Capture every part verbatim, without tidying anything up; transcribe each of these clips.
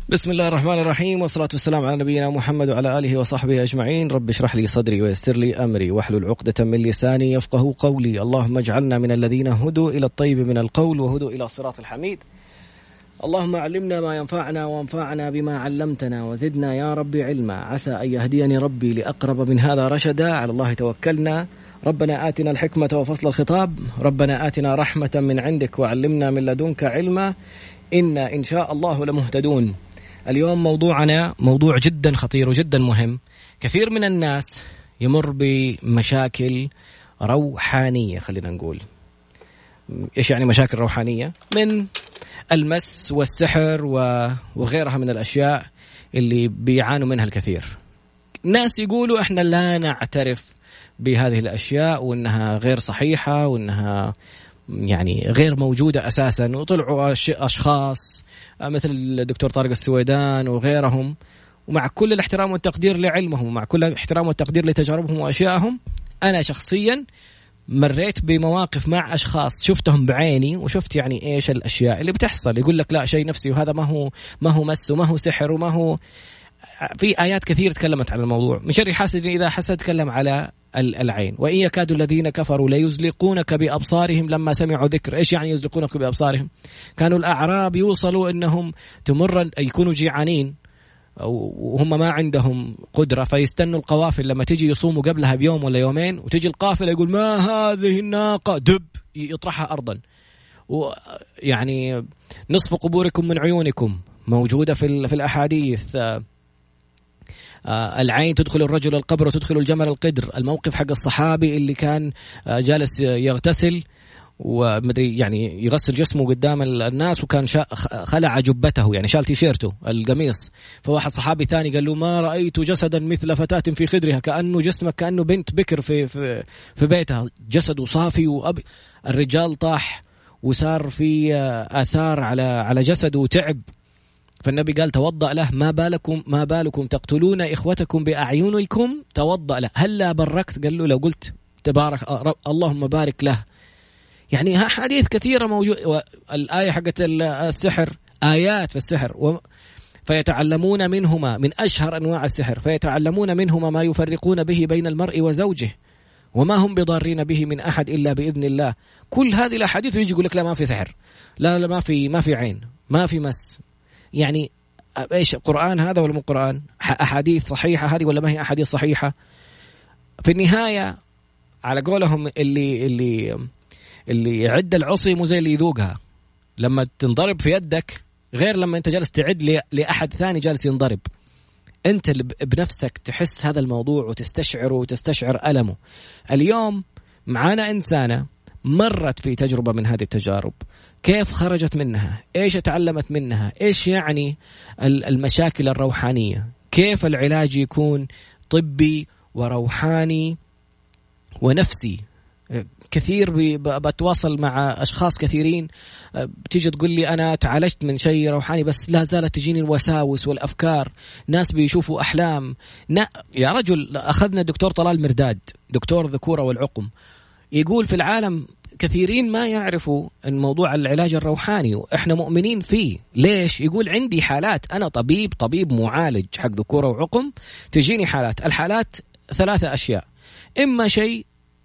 بسم الله الرحمن الرحيم، والصلاة والسلام على نبينا محمد وعلى آله وصحبه أجمعين. رب اشرح لي صدري ويسر لي أمري واحلل عقدة من لساني يفقه قولي. اللهم اجعلنا من الذين هدوا إلى الطيب من القول وهدوا إلى الصراط الحميد. اللهم علمنا ما ينفعنا وانفعنا بما علمتنا وزدنا يا ربي علما. عسى أن يهديني ربي لأقرب من هذا رشدا. على الله توكلنا. ربنا آتنا الحكمة وفصل الخطاب. ربنا آتنا رحمة من عندك وعلمنا من لدنك علما. إنا إن شاء الله لمهتدون. اليوم موضوعنا موضوع جدا خطير وجدا مهم. كثير من الناس يمر بمشاكل روحانية. خلينا نقول إيش يعني مشاكل روحانية؟ من المس والسحر وغيرها من الأشياء اللي بيعانوا منها الكثير. ناس يقولوا إحنا لا نعترف بهذه الأشياء وإنها غير صحيحة وإنها يعني غير موجودة أساسا، وطلعوا أشخاص مثل الدكتور طارق السويدان وغيرهم، ومع كل الاحترام والتقدير لعلمهم ومع كل الاحترام والتقدير لتجاربهم وأشيائهم، أنا شخصيا مريت بمواقف مع أشخاص شفتهم بعيني وشفت يعني إيش الأشياء اللي بتحصل. يقول لك لا شيء نفسي وهذا ما هو ما هو مس وما هو سحر وما هو. في آيات كثير تكلمت عن الموضوع. من شر حاسد إذا حسد تكلم على العين. وإن يكاد الذين كفروا ليزلقونك بأبصارهم لما سمعوا ذكر. إيش يعني يزلقونك بأبصارهم؟ كانوا الأعراب يوصلوا إنهم تمر يكونوا جيعانين وهم ما عندهم قدرة، فيستنوا القوافل لما تيجي يصوموا قبلها بيوم ولا يومين، وتيجي القافلة يقول ما هذه الناقة، دب يطرحها أرضا. ويعني نصف قبوركم من عيونكم موجودة في في الأحاديث. آه العين تدخل الرجل القبر وتدخل الجمل القدر. الموقف حق الصحابي اللي كان آه جالس يغتسل ومدري يعني يغسل جسمه قدام الناس، وكان خلع جبته يعني شال تيشيرته القميص. فواحد صحابي ثاني قال له ما رأيت جسدا مثل فتاة في خدرها، كأنه جسمك كأنه بنت بكر في في في بيتها، جسده صافي وأبي. الرجال طاح وصار في آه آثار على على جسده وتعب. فالنبي قال توضأ له. ما بالكم ما بالكم تقتلون إخوتكم بأعينكم، توضأ له. هلا بركت؟ قال له لو قلت تبارك اللهم بارك له. يعني ها حديث كثيرة موجود. الآية حقت السحر، آيات في السحر و... فيتعلمون منهما من أشهر أنواع السحر، فيتعلمون منهما ما يفرقون به بين المرء وزوجه وما هم بضارين به من أحد إلا بإذن الله. كل هذه الأحاديث يجي يقول لك لا ما في سحر، لا لا ما في ما في عين، ما في مس. يعني ايش قرآن هذا ولا مو قرآن؟ احاديث صحيحه هذه ولا ما هي احاديث صحيحه؟ في النهايه على قولهم اللي اللي اللي يعد العصي مو زي اللي يذوقها. لما تنضرب في يدك غير لما انت جالس تعد لاحد ثاني جالس ينضرب. انت اللي بنفسك تحس هذا الموضوع وتستشعره وتستشعر ألمه. اليوم معانا انسانه مرت في تجربة من هذه التجارب، كيف خرجت منها، إيش تعلمت منها، إيش يعني المشاكل الروحانية، كيف العلاج يكون طبي وروحاني ونفسي. كثير بتواصل مع أشخاص كثيرين بتيجي تقول لي أنا تعالجت من شيء روحاني بس لا زالت تجيني الوساوس والأفكار. ناس بيشوفوا أحلام. يا رجل أخذنا الدكتور طلال مرداد دكتور ذكورة والعقم، يقول في العالم كثيرين ما يعرفوا الموضوع العلاج الروحاني وإحنا مؤمنين فيه. ليش؟ يقول عندي حالات، أنا طبيب طبيب معالج حق ذكورة وعقم، تجيني حالات. الحالات ثلاثة أشياء: إما شيء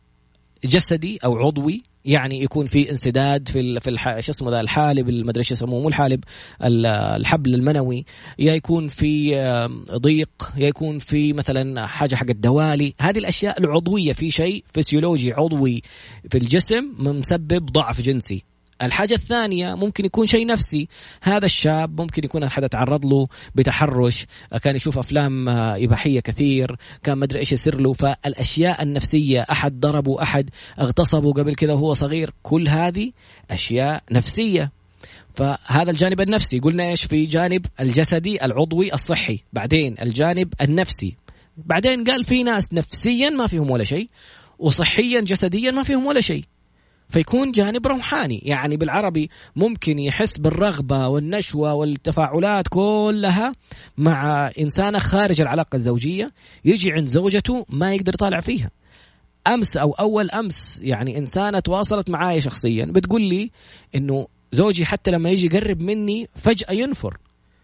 جسدي أو عضوي، يعني يكون في انسداد في في الح... شو اسمه ذا الحالب المدري ايش يسموه، مو الحالب، الحبل المنوي، يا يكون في ضيق، يا يكون في مثلا حاجه حق الدوالي. هذه الاشياء العضويه، في شيء فسيولوجي عضوي في الجسم مسبب ضعف جنسي. الحاجة الثانية ممكن يكون شيء نفسي. هذا الشاب ممكن يكون أحد تعرض له بتحرش، كان يشوف أفلام إباحية كثير، كان مدري إيش يصير له. فالأشياء النفسية، أحد ضربه، أحد اغتصبه قبل كذا وهو صغير، كل هذه أشياء نفسية. فهذا الجانب النفسي. قلنا إيش؟ في جانب الجسدي العضوي الصحي، بعدين الجانب النفسي، بعدين قال في ناس نفسيا ما فيهم ولا شيء وصحيا جسديا ما فيهم ولا شيء. فيكون جانب روحاني، يعني بالعربي ممكن يحس بالرغبة والنشوة والتفاعلات كلها مع إنسانة خارج العلاقة الزوجية، يجي عند زوجته ما يقدر يطالع فيها. أمس أو أول أمس يعني إنسانة تواصلت معايا شخصيا بتقول لي إنه زوجي حتى لما يجي يقرب مني فجأة ينفر.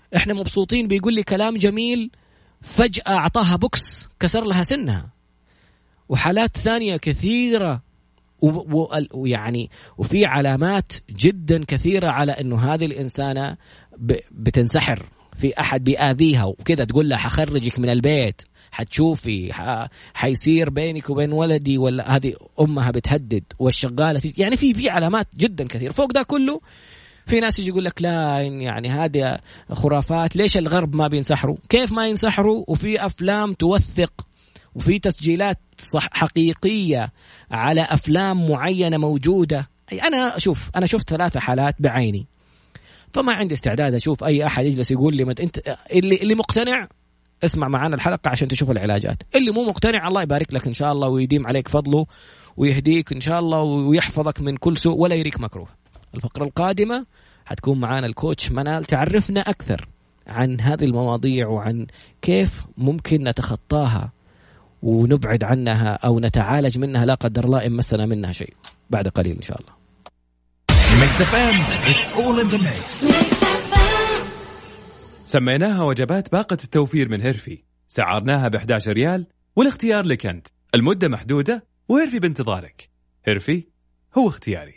احنا مبسوطين بيقول لي كلام جميل، فجأة أعطاها بوكس كسر لها سنها. وحالات ثانية كثيرة، ويعني وفي علامات جدا كثيرة على أنه هذه الإنسانة بتنسحر، في أحد بيآذيها وكذا تقول لها حخرجك من البيت، حتشوفي حيصير بينك وبين ولدي، ولا هذه أمها بتهدد والشغالة، يعني في في علامات جدا كثير. فوق ده كله في ناس يجي يقول لك لا يعني هذه خرافات، ليش الغرب ما بينسحروا؟ كيف ما ينسحروا؟ وفي أفلام توثق وفي تسجيلات صح حقيقية على أفلام معينة موجودة. أنا أشوف أنا شفت ثلاثة حالات بعيني، فما عندي استعداد أشوف أي أحد يجلس يقول لي أنت اللي اللي مقتنع اسمع معنا الحلقة عشان تشوف العلاجات، اللي مو مقتنع الله يبارك لك إن شاء الله ويديم عليك فضله ويهديك إن شاء الله ويحفظك من كل سوء ولا يريك مكروه. الفقرة القادمة حتكون معنا الكوتش منال تعرفنا أكثر عن هذه المواضيع وعن كيف ممكن نتخطاها ونبعد عنها أو نتعالج منها لا قدر الله إن مسنا منها شيء بعد قليل إن شاء الله. سميناها وجبات باقة التوفير من هيرفي، سعرناها بإحدى عشر ريال والاختيار لك أنت، المدة محدودة وهيرفي بانتظارك. هيرفي هو اختياري.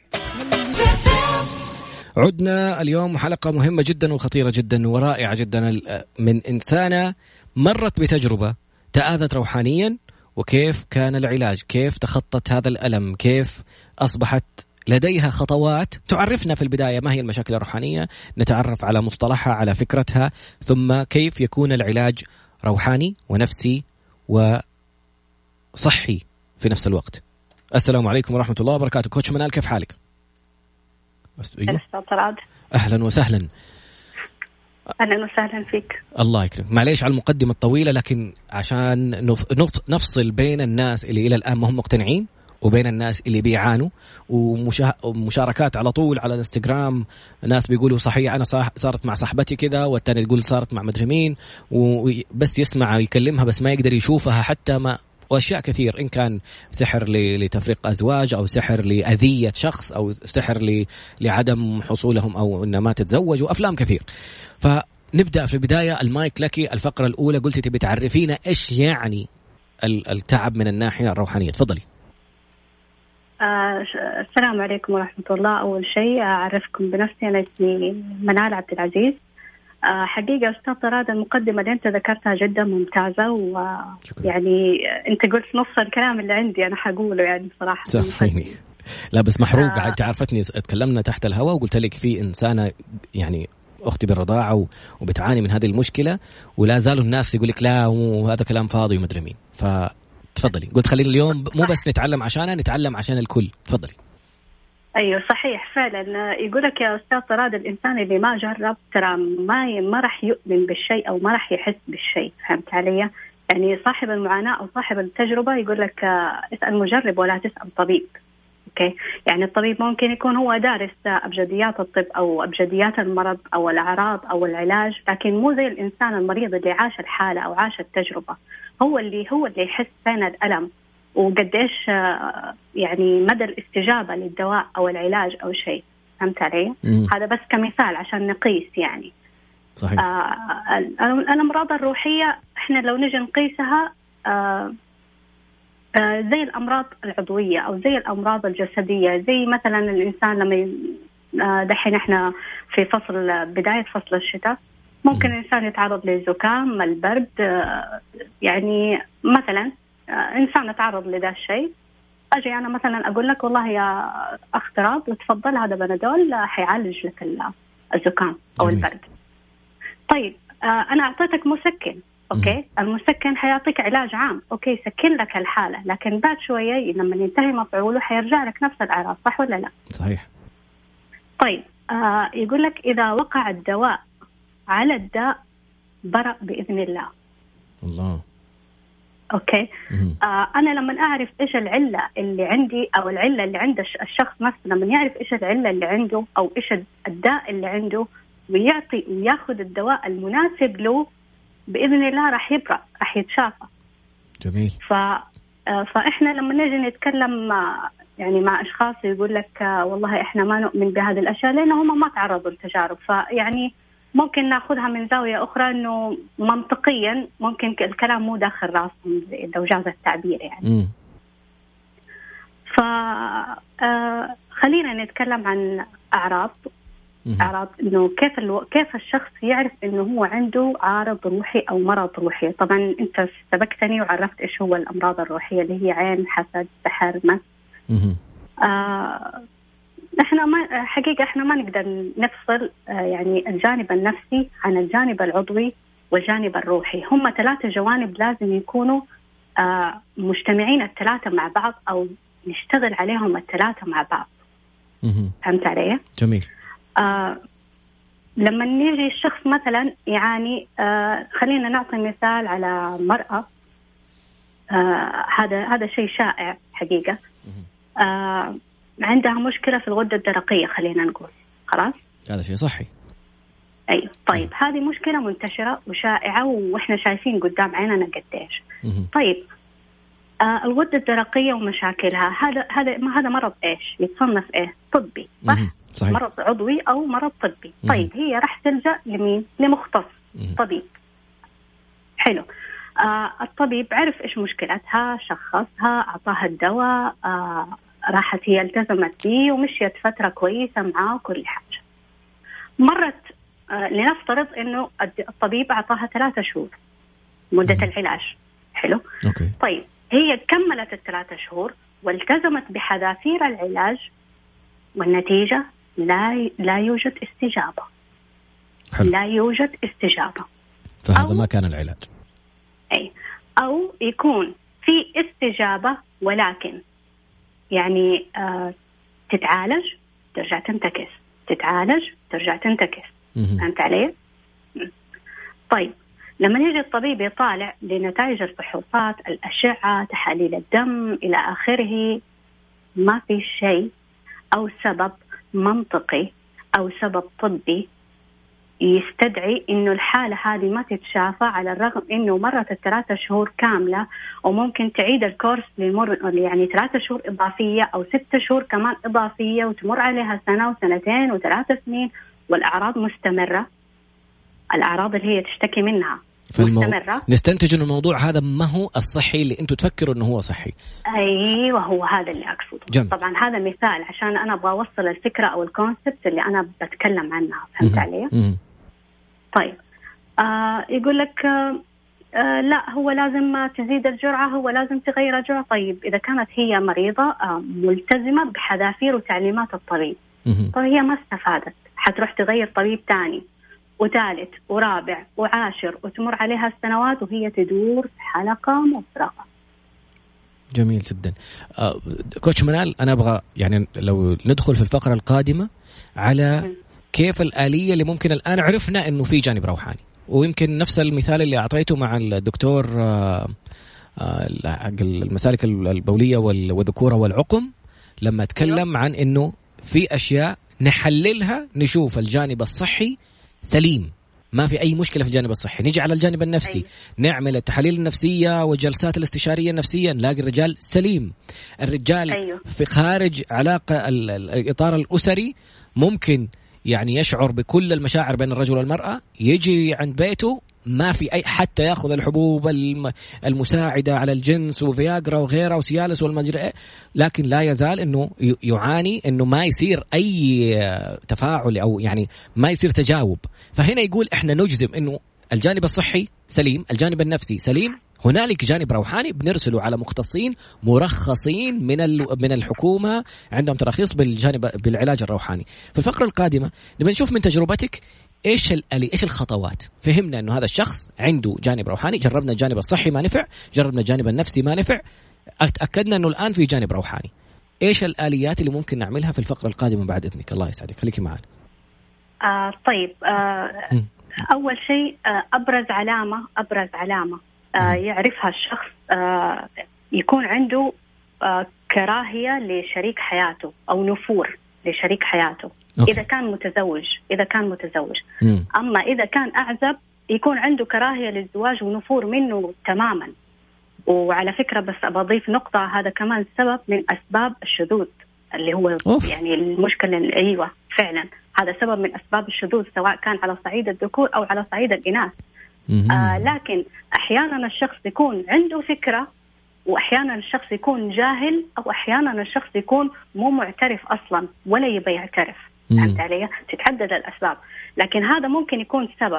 عدنا اليوم حلقة مهمة جدا وخطيرة جدا ورائعة جدا من إنسانة مرت بتجربة تآذت روحانيا، وكيف كان العلاج، كيف تخطت هذا الألم، كيف أصبحت لديها خطوات تعرفنا في البداية ما هي المشاكل الروحانية، نتعرف على مصطلحها على فكرتها، ثم كيف يكون العلاج روحاني ونفسي وصحي في نفس الوقت. السلام عليكم ورحمة الله وبركاته. كوتش منال كيف حالك؟ أيوة. أهلا وسهلا. أهلا وسهلا فيك. الله يكرمك. معليش على المقدمة الطويلة، لكن عشان نف... نف... نفصل بين الناس اللي إلى الآن ما هم مقتنعين وبين الناس اللي بيعانوا، ومشا... ومشاركات على طول على الانستغرام، ناس بيقولوا صحيح أنا صح... صارت مع صاحبتي كذا، والتاني تقول صارت مع مدري مين، وبس يسمع يكلمها بس ما يقدر يشوفها حتى، ما وأشياء كثير، إن كان سحر لتفريق أزواج أو سحر لأذية شخص أو سحر لعدم حصولهم أو إن ما تتزوج، وأفلام كثير. فنبدأ في البداية، المايك لك. الفقرة الأولى قلت تبي تعرفينا إيش يعني التعب من الناحية الروحانية، تفضلي. آه السلام عليكم ورحمة الله. أول شيء أعرفكم بنفسي، أنا اسمي منال عبد العزيز. آه حقيقة أستاذ طراد المقدمة اللي أنت ذكرتها جدا ممتازة، ويعني أنت قلت نص الكلام اللي عندي أنا حقوله يعني صراحة. سامحيني. لا بس محروق. آه. تعرفتني تكلمنا تحت الهواء وقلت لك في إنسانة يعني أختي بالرضاعة وبتعاني من هذه المشكلة، ولا زالوا الناس يقول لك لا وهذا كلام فاضي ومدري مين. فتفضلي. قلت خلينا اليوم مو بس نتعلم عشانها، نتعلم عشان الكل. تفضلي. أيوة صحيح فعلا. يقولك يا أستاذ طراد الإنسان اللي ما جرب ترى ما ما راح يؤمن بالشيء أو ما راح يحس بالشيء. فهمت علي؟ يعني صاحب المعاناة أو صاحب التجربة يقولك اسأل مجرب ولا تسأل طبيب. أوكي، يعني الطبيب ممكن يكون هو دارس أبجديات الطب أو أبجديات المرض أو الأعراض أو العلاج، لكن مو زي الإنسان المريض اللي عاش الحالة أو عاش التجربة. هو اللي هو اللي يحس فين الألم وقديش يعني مدى الاستجابة للدواء أو العلاج أو شيء. فهمت علي؟ مم. هذا بس كمثال عشان نقيس يعني. صحيح. آه الأمراض الروحية إحنا لو نجي نقيسها آه آه زي الأمراض العضوية أو زي الأمراض الجسدية، زي مثلا الإنسان لما آه دحين إحنا في فصل بداية فصل الشتاء ممكن مم. الإنسان يتعرض للزكام، البرد، آه يعني مثلا إنسان يتعرض لذا الشيء، أجي أنا مثلا أقول لك والله يا أخ تراب وتفضل هذا بنادول حيعالج لك الزكام أو جميل. البرد. طيب أنا أعطيتك مسكن، أوكي م. المسكن حيعطيك علاج عام، أوكي سكن لك الحالة، لكن بعد شوية لما ينتهي مفعوله حيرجع لك نفس الأعراض، صح ولا لا؟ صحيح. طيب آه يقول لك إذا وقع الدواء على الداء برأ بإذن الله. الله. أوكي. آه أنا لما أعرف إيش العلة اللي عندي أو العلة اللي عند الشخص نفسه، لما يعرف إيش العلة اللي عنده أو إيش الداء اللي عنده ويعطي وياخذ الدواء المناسب له، بإذن الله راح يبرأ، راح يتشافى. جميل. ف آه فإحنا لما نجي نتكلم مع يعني مع أشخاص يقول لك آه والله إحنا ما نؤمن بهذه الأشياء لأن هم ما تعرضوا للتجارب، فيعني ممكن ناخذها من زاوية أخرى إنه منطقيا ممكن الكلام مو داخل راسهم لو جاز التعبير يعني. م. ف آه خلينا نتكلم عن أعراض م. أعراض إنه كيف الو... كيف الشخص يعرف إنه هو عنده عارض روحي أو مرض روحي. طبعا أنت سبقتني وعرفت إيش هو الأمراض الروحية اللي هي عين، حسد، سحر، مس. آه احنا ما حقيقة احنا ما نقدر نفصل يعني الجانب النفسي عن الجانب العضوي والجانب الروحي. هم ثلاثة جوانب لازم يكونوا مجتمعين الثلاثة مع بعض أو نشتغل عليهم الثلاثة مع بعض. فهمت علي؟ جميل. آه لما نيجي الشخص مثلا يعني آه خلينا نعطي مثال على مرأة، آه هذا هذا شيء شائع حقيقة. آه عندها مشكلة في الغدة الدرقية خلينا نقول. خلاص هذا شيء صحي. أي طيب م. هذه مشكلة منتشرة وشائعة وإحنا شايفين قدام عيننا قديش. طيب آه الغدة الدرقية ومشاكلها هذا هذا ما هذا مرض إيش يتصنف إيه؟ طبي صح؟ صحيح. مرض عضوي أو مرض طبي. م. طيب هي راح تلجأ لمين؟ لمختص م. طبيب. حلو. آه الطبيب عرف إيش مشكلتها، شخصها، أعطاها الدواء، آه راحت هي التزمت بيه ومشيت فترة كويسة معاه وكل حاجة. مرت آه لنفترض إنه الطبيب أعطاها ثلاثة شهور مدة م. العلاج. حلو. أوكي. طيب هي كملت الثلاثة شهور والتزمت بحذافير العلاج والنتيجة لا لا يوجد استجابة. حلو. لا يوجد استجابة. فهذا ما كان العلاج. أي أو يكون في استجابة ولكن يعني آه تتعالج ترجع تنتكس، تتعالج ترجع تنتكس. فهمت علي؟ طيب لما يجي الطبيب يطالع لنتائج الفحوصات، الأشعة، تحاليل الدم إلى آخره، ما في شيء أو سبب منطقي أو سبب طبي يستدعي إنه الحالة هذه ما تتشافى، على الرغم إنه مرت الثلاثة شهور كاملة وممكن تعيد الكورس لمر يعني ثلاثة شهور إضافية أو ستة شهور كمان إضافية وتمر عليها سنة وسنتين وثلاثة سنين والأعراض مستمرة. الأعراض اللي هي تشتكي منها فالمو... مستمرة. نستنتج إن الموضوع هذا ما هو الصحي اللي أنتوا تفكروا إنه هو صحي. أيوة هو هذا اللي أقصده. جميل. طبعا هذا مثال عشان أنا أبغى أوصل الفكرة أو الكونسبت اللي أنا بتكلم عنها. فهمت علي؟ م- طيب آه يقول لك آه آه لا هو لازم تزيد الجرعة، هو لازم تغير الجرعة. طيب إذا كانت هي مريضة آه ملتزمة بحذافير وتعليمات الطبيب، طيب هي ما استفادت، حتروح تغير طبيب تاني وثالث ورابع وعاشر وتمر عليها السنوات وهي تدور في حلقة مفرغة. جميل جدا. آه كوتش منال، أنا أبغى يعني لو ندخل في الفقرة القادمة على م. كيف الآلية اللي ممكن الآن عرفنا إنه في جانب روحاني، ويمكن نفس المثال اللي أعطيته مع الدكتور حق المسالك البولية والذكورة والعقم لما تكلم عن إنه في أشياء نحللها نشوف الجانب الصحي سليم، ما في أي مشكلة في الجانب الصحي. نيجي على الجانب النفسي أي. نعمل التحاليل النفسية والجلسات الاستشارية النفسية، نلاقي الرجال سليم. الرجال أيوه. في خارج علاقة الإطار الأسري ممكن يعني يشعر بكل المشاعر بين الرجل والمرأة، يجي عند بيته ما في أي حتى يأخذ الحبوب المساعدة على الجنس وفياغرا وغيرها وسيالس والمجرى، لكن لا يزال إنه يعاني إنه ما يصير أي تفاعل أو يعني ما يصير تجاوب. فهنا يقول إحنا نجزم إنه الجانب الصحي سليم، الجانب النفسي سليم، هنالك جانب روحاني بنرسله على مختصين مرخصين من من الحكومة عندهم تراخيص بالجانب بالعلاج الروحاني. في الفقرة القادمة نبي نشوف من تجربتك ايش الالي ايش الخطوات. فهمنا انه هذا الشخص عنده جانب روحاني، جربنا الجانب الصحي ما نفع، جربنا الجانب النفسي ما نفع، اتاكدنا انه الان في جانب روحاني. ايش الاليات اللي ممكن نعملها في الفقرة القادمة بعد اذنك؟ الله يسعدك، خليكي معنا. آه طيب آه اول شيء آه ابرز علامة ابرز علامة آه يعرفها الشخص آه يكون عنده آه كراهية لشريك حياته أو نفور لشريك حياته. أوكي. إذا كان متزوج إذا كان متزوج م. أما إذا كان أعزب يكون عنده كراهية للزواج ونفور منه تماما. وعلى فكرة بس بضيف نقطة، هذا كمان سبب من أسباب الشذوذ اللي هو أوف. يعني المشكلة. أيوة فعلا هذا سبب من أسباب الشذوذ سواء كان على صعيد الذكور أو على صعيد الإناث. آه لكن أحيانا الشخص يكون عنده فكرة، وأحيانا الشخص يكون جاهل، أو أحيانا الشخص يكون مو معترف أصلا ولا يبي يعترف. فهمت علي؟ تتعدد الأسباب، لكن هذا ممكن يكون سبب.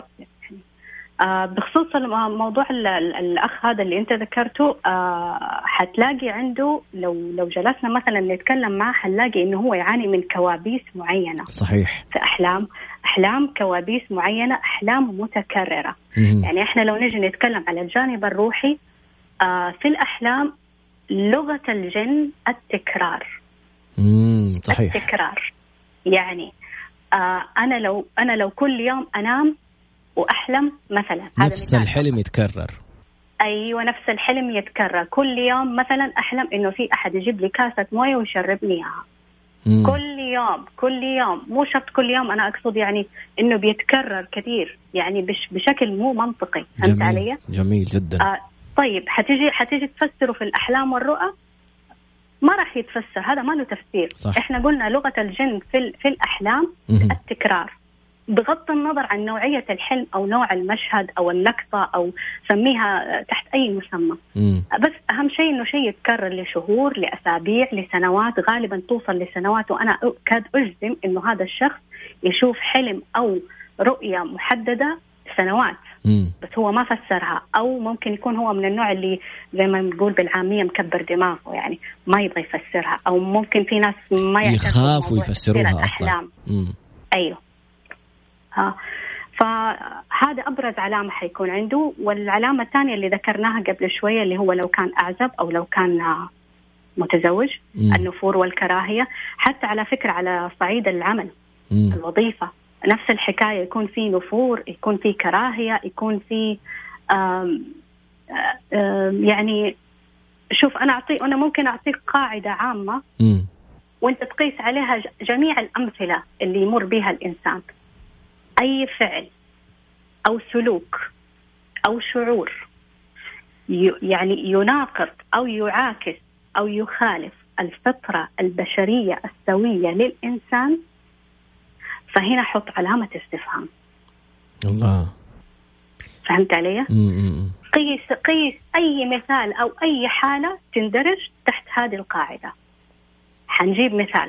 آه بخصوص الموضوع الأخ هذا اللي أنت ذكرته، آه حتلاقي عنده لو لو جلسنا مثلا نتكلم معه حنلاقي إنه هو يعاني من كوابيس معينة. صحيح. في أحلام أحلام كوابيس معينة، أحلام متكررة. مم. يعني إحنا لو نجي نتكلم على الجانب الروحي، آه في الأحلام لغة الجن التكرار. مم. صحيح. التكرار يعني آه أنا لو أنا لو كل يوم أنام وأحلم مثلا نفس الحلم يتكرر. أيوة نفس الحلم يتكرر كل يوم. مثلا أحلم إنه في أحد يجيب لي كاسة موية ويشربني إياها كل يوم كل يوم. مو شرط كل يوم، أنا أقصد يعني إنه بيتكرر كثير، يعني بش بشكل مو منطقي. فهمت علي؟ جميل جدا. آه طيب حتيجي حتيجي تفسره في الأحلام والرؤى، ما راح يتفسر، هذا ما له تفسير. صح. إحنا قلنا لغة الجن في في الأحلام م- التكرار، بغض النظر عن نوعية الحلم أو نوع المشهد أو اللقطة أو سميها تحت أي مسمى. مم. بس أهم شيء إنه شيء يتكرر لشهور، لأسابيع، لسنوات، غالبا توصل لسنوات. وأنا أكاد أجزم إنه هذا الشخص يشوف حلم أو رؤية محددة سنوات. مم. بس هو ما فسرها، أو ممكن يكون هو من النوع اللي زي ما نقول بالعامية مكبر دماغه، يعني ما يبغى يفسرها، أو ممكن في ناس ما يخافوا يفسروها أصلا. أيوه. ها فهذا أبرز علامة حيكون عنده. والعلامة الثانية اللي ذكرناها قبل شوية اللي هو لو كان أعزب أو لو كان متزوج، مم. النفور والكراهية. حتى على فكرة على صعيد العمل، مم. الوظيفة نفس الحكاية، يكون في نفور، يكون في كراهية، يكون في آم آم يعني شوف أنا أعطي أنا ممكن أعطيك قاعدة عامة، مم. وأنت تقيس عليها جميع الأمثلة اللي يمر بها الإنسان. أي فعل أو سلوك أو شعور يعني يناقض أو يعاكس أو يخالف الفطرة البشرية السوية للإنسان، فهنا حط علامة استفهام. الله. فهمت علي؟ قيس قيس أي مثال أو أي حالة تندرج تحت هذه القاعدة. حنجيب مثال،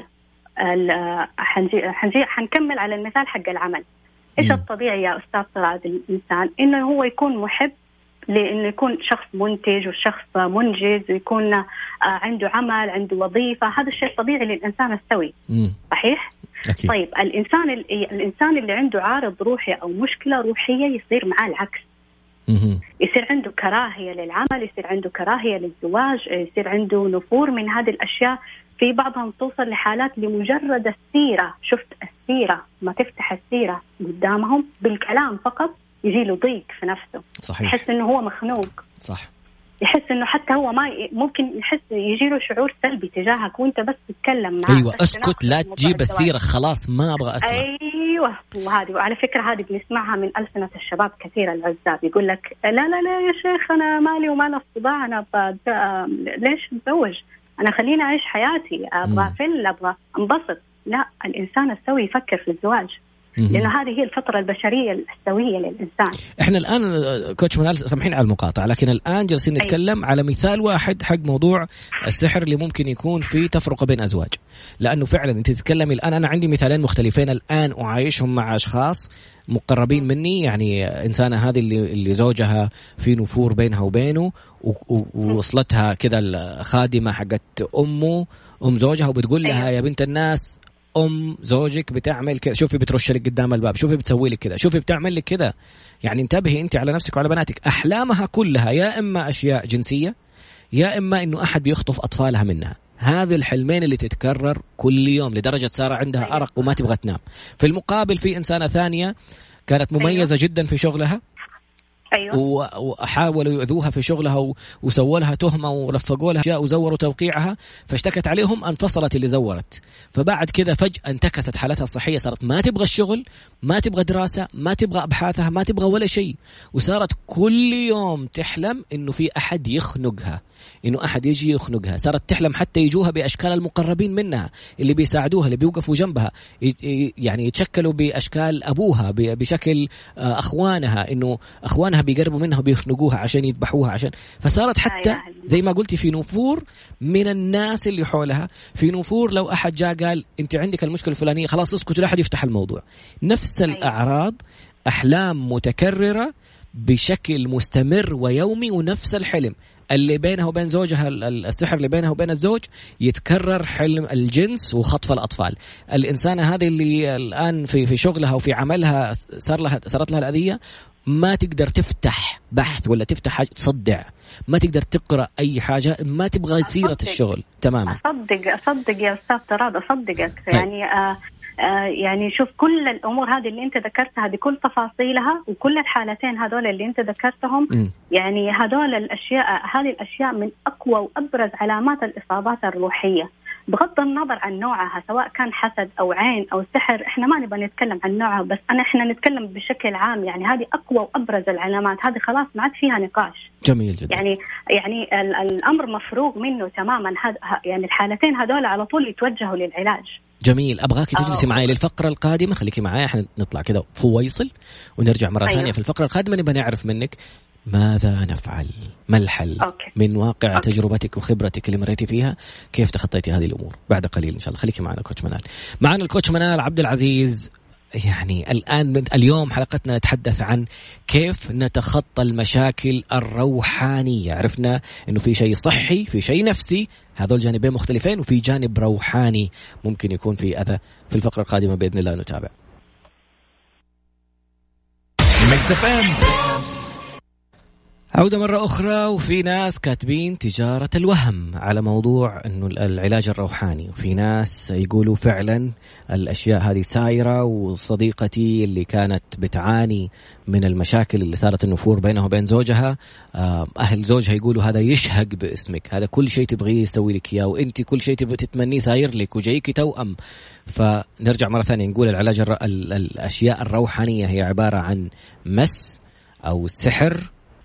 حنجي حنجي حنكمل على المثال حق العمل. إيش الطبيعي يا أستاذ طلال الإنسان؟ إنه هو يكون محب لأنه يكون شخص منتج وشخص منجز ويكون عنده عمل، عنده وظيفة. هذا الشيء طبيعي للإنسان السوي. مم. صحيح؟ أكيد. طيب الإنسان الإنسان اللي عنده عارض روحي أو مشكلة روحية يصير معاه العكس. مم. يصير عنده كراهية للعمل، يصير عنده كراهية للزواج، يصير عنده نفور من هذه الأشياء. في بعضهم توصل لحالات لمجرد السيرة، شفت السيرة، ما تفتح السيرة قدامهم بالكلام فقط يجي له ضيق في نفسه. صحيح. يحس إنه هو مخنوق. صح. يحس إنه حتى هو ما ي... ممكن يحس يجي له شعور سلبي تجاهك وأنت بس تتكلم معه. أيوة اسكت لا تجيب السيرة خلاص ما أبغى أسمع. أيوة. وهذه وعلى فكرة هذه بنسمعها من ألسنة الشباب كثير العزاب، يقول لك لا لا لا يا شيخ أنا مالي ومال الصداع، أنا ب... ليش متزوج؟ أنا خليني أعيش حياتي، أبغى فل أبغى أنبسط. لا، الإنسان السوي يفكر في الزواج، لأنه هذه هي الفطرة البشرية السوية للإنسان. إحنا الآن كوتش منال سامحين على المقاطعة، لكن الآن جالسين نتكلم أي. على مثال واحد حق موضوع السحر اللي ممكن يكون في تفرقة بين أزواج، لأنه فعلا أنت تتكلمي الآن. أنا عندي مثالين مختلفين الآن أعايشهم مع أشخاص مقربين مني، يعني إنسانة هذه اللي, اللي زوجها في نفور بينها وبينه، ووصلتها كذا الخادمة حقت أمه أم زوجها وبتقول لها أيوة. يا بنت الناس أم زوجك بتعمل كذا، شوفي بترش لك قدام الباب، شوفي بتسوي لك كذا، شوفي بتعمل لك كذا. يعني انتبهي أنت على نفسك وعلى بناتك. أحلامها كلها يا إما أشياء جنسية يا إما إنه أحد بيخطف أطفالها منها. هذه الحلمين اللي تتكرر كل يوم لدرجة صار عندها أرق وما تبغى تنام. في المقابل في إنسانة ثانية كانت مميزة أيوة. جدا في شغلها أيوة. وحاولوا يؤذوها في شغلها وسووا لها تهمة ولفقوا لها أشياء وزوروا توقيعها، فاشتكت عليهم، انفصلت اللي زورت. فبعد كذا فجأة انتكست حالتها الصحية، صارت ما تبغى الشغل، ما تبغى دراسة، ما تبغى أبحاثها، ما تبغى ولا شيء، وصارت كل يوم تحلم إنه في أحد يخنقها. إنه أحد يجي يخنقها، صارت تحلم حتى يجوها بأشكال المقربين منها اللي بيساعدوها اللي بيوقفوا جنبها، يعني يتشكلوا بأشكال أبوها بشكل أخوانها، إنه أخوانها بيقربوا منها بيخنقوها عشان يذبحوها عشان. فصارت حتى زي ما قلتي في نفور من الناس اللي حولها، في نفور لو أحد جاء قال أنت عندك المشكلة الفلانية خلاص اسكتوا لا أحد يفتح الموضوع. نفس الأعراض، أحلام متكررة بشكل مستمر ويومي، ونفس الحلم اللي بينها وبين زوجها، السحر اللي بينها وبين الزوج يتكرر، حلم الجنس وخطف الأطفال. الإنسانة هذه اللي الآن في في شغلها وفي عملها صار لها صارت لها الأذية، ما تقدر تفتح بحث ولا تفتح حاجة تصدع، ما تقدر تقرأ أي حاجة، ما تبغى سيرة الشغل تماما. أصدق أصدق يا أستاذ طراد، أصدقك. طيب. يعني آه آه يعني شوف كل الأمور هذه اللي أنت ذكرتها بكل تفاصيلها، وكل الحالتين هذول اللي أنت ذكرتهم م. يعني هذول الأشياء، هذه الأشياء من أقوى وأبرز علامات الإصابات الروحية بغض النظر عن نوعها، سواء كان حسد أو عين أو سحر. إحنا ما نبغى نتكلم عن نوعها، بس أنا إحنا نتكلم بشكل عام. يعني هذه أقوى وأبرز العلامات، هذه خلاص ما عاد فيها نقاش. جميل جدا. يعني يعني الأمر مفروغ منه تماما. هذا يعني الحالتين هذول على طول يتوجهوا للعلاج. جميل. أبغاك تجلسي معي للفقرة القادمة، خليكي معي، إحنا نطلع كده فويصل ونرجع مرة أيوه. ثانية في الفقرة القادمة نبغى نعرف منك ماذا نفعل، ما الحل أوكي. من واقع أوكي. تجربتك وخبرتك اللي مريتي فيها، كيف تخطيتي هذه الأمور بعد قليل إن شاء الله. خليكي معنا كوتش منال. معنا الكوتش منال عبد العزيز. يعني الآن اليوم حلقتنا نتحدث عن كيف نتخطى المشاكل الروحانية. عرفنا إنه في شيء صحي، في شيء نفسي، هذول جانبين مختلفين، وفي جانب روحاني ممكن يكون في أذى. في الفقرة القادمة بإذن الله نتابع. عودة مرة أخرى. وفي ناس كاتبين تجارة الوهم على موضوع أنه العلاج الروحاني، وفي ناس يقولوا فعلا الأشياء هذه سايرة. وصديقتي اللي كانت بتعاني من المشاكل اللي صارت النفور بينها وبين زوجها، أهل زوجها يقولوا هذا يشهق باسمك، هذا كل شيء تبغيه يسوي لك إياه، وإنتي كل شيء تبغي تتمنيه ساير لك وجايك توأم. فنرجع مرة ثانية نقول العلاج الر... الأشياء الروحانية هي عبارة عن مس أو سحر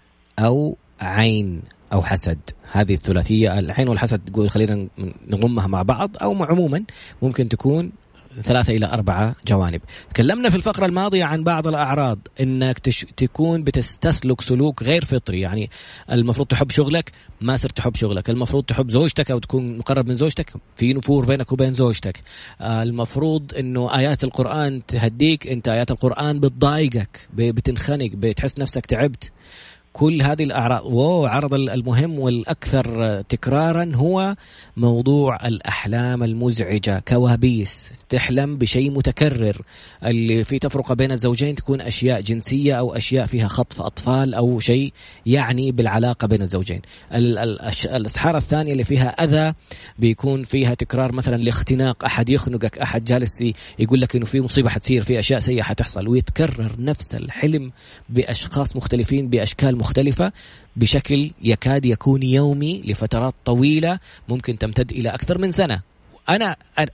أو عين أو حسد. هذه الثلاثية، العين والحسد تقول خلينا نضمها مع بعض، أو عموما ممكن تكون ثلاثة إلى أربعة جوانب. تكلمنا في الفقرة الماضية عن بعض الأعراض، إنك تش... تكون بتستسلك سلوك غير فطري. يعني المفروض تحب شغلك ما صرت تحب شغلك، المفروض تحب زوجتك أو تكون مقرب من زوجتك في نفور بينك وبين زوجتك، آه المفروض إنه آيات القرآن تهديك، أنت آيات القرآن بتضايقك، بتنخنق، بتحس نفسك تعبت. كل هذه الأعراض. وعرض المهم والأكثر تكرارا هو موضوع الأحلام المزعجة، كوابيس، تحلم بشيء متكرر، اللي في تفرقة بين الزوجين تكون أشياء جنسية أو أشياء فيها خطف أطفال أو شيء يعني بالعلاقة بين الزوجين. الأسحار الثانية اللي فيها أذى بيكون فيها تكرار، مثلا الاختناق، أحد يخنقك، أحد جالس يقول لك إنه في مصيبة حتصير، في أشياء سيئة حتحصل، ويتكرر نفس الحلم بأشخاص مختلفين بأشكال مختلفة بشكل يكاد يكون يومي لفترات طويلة، ممكن تمتد إلى أكثر من سنة. أنا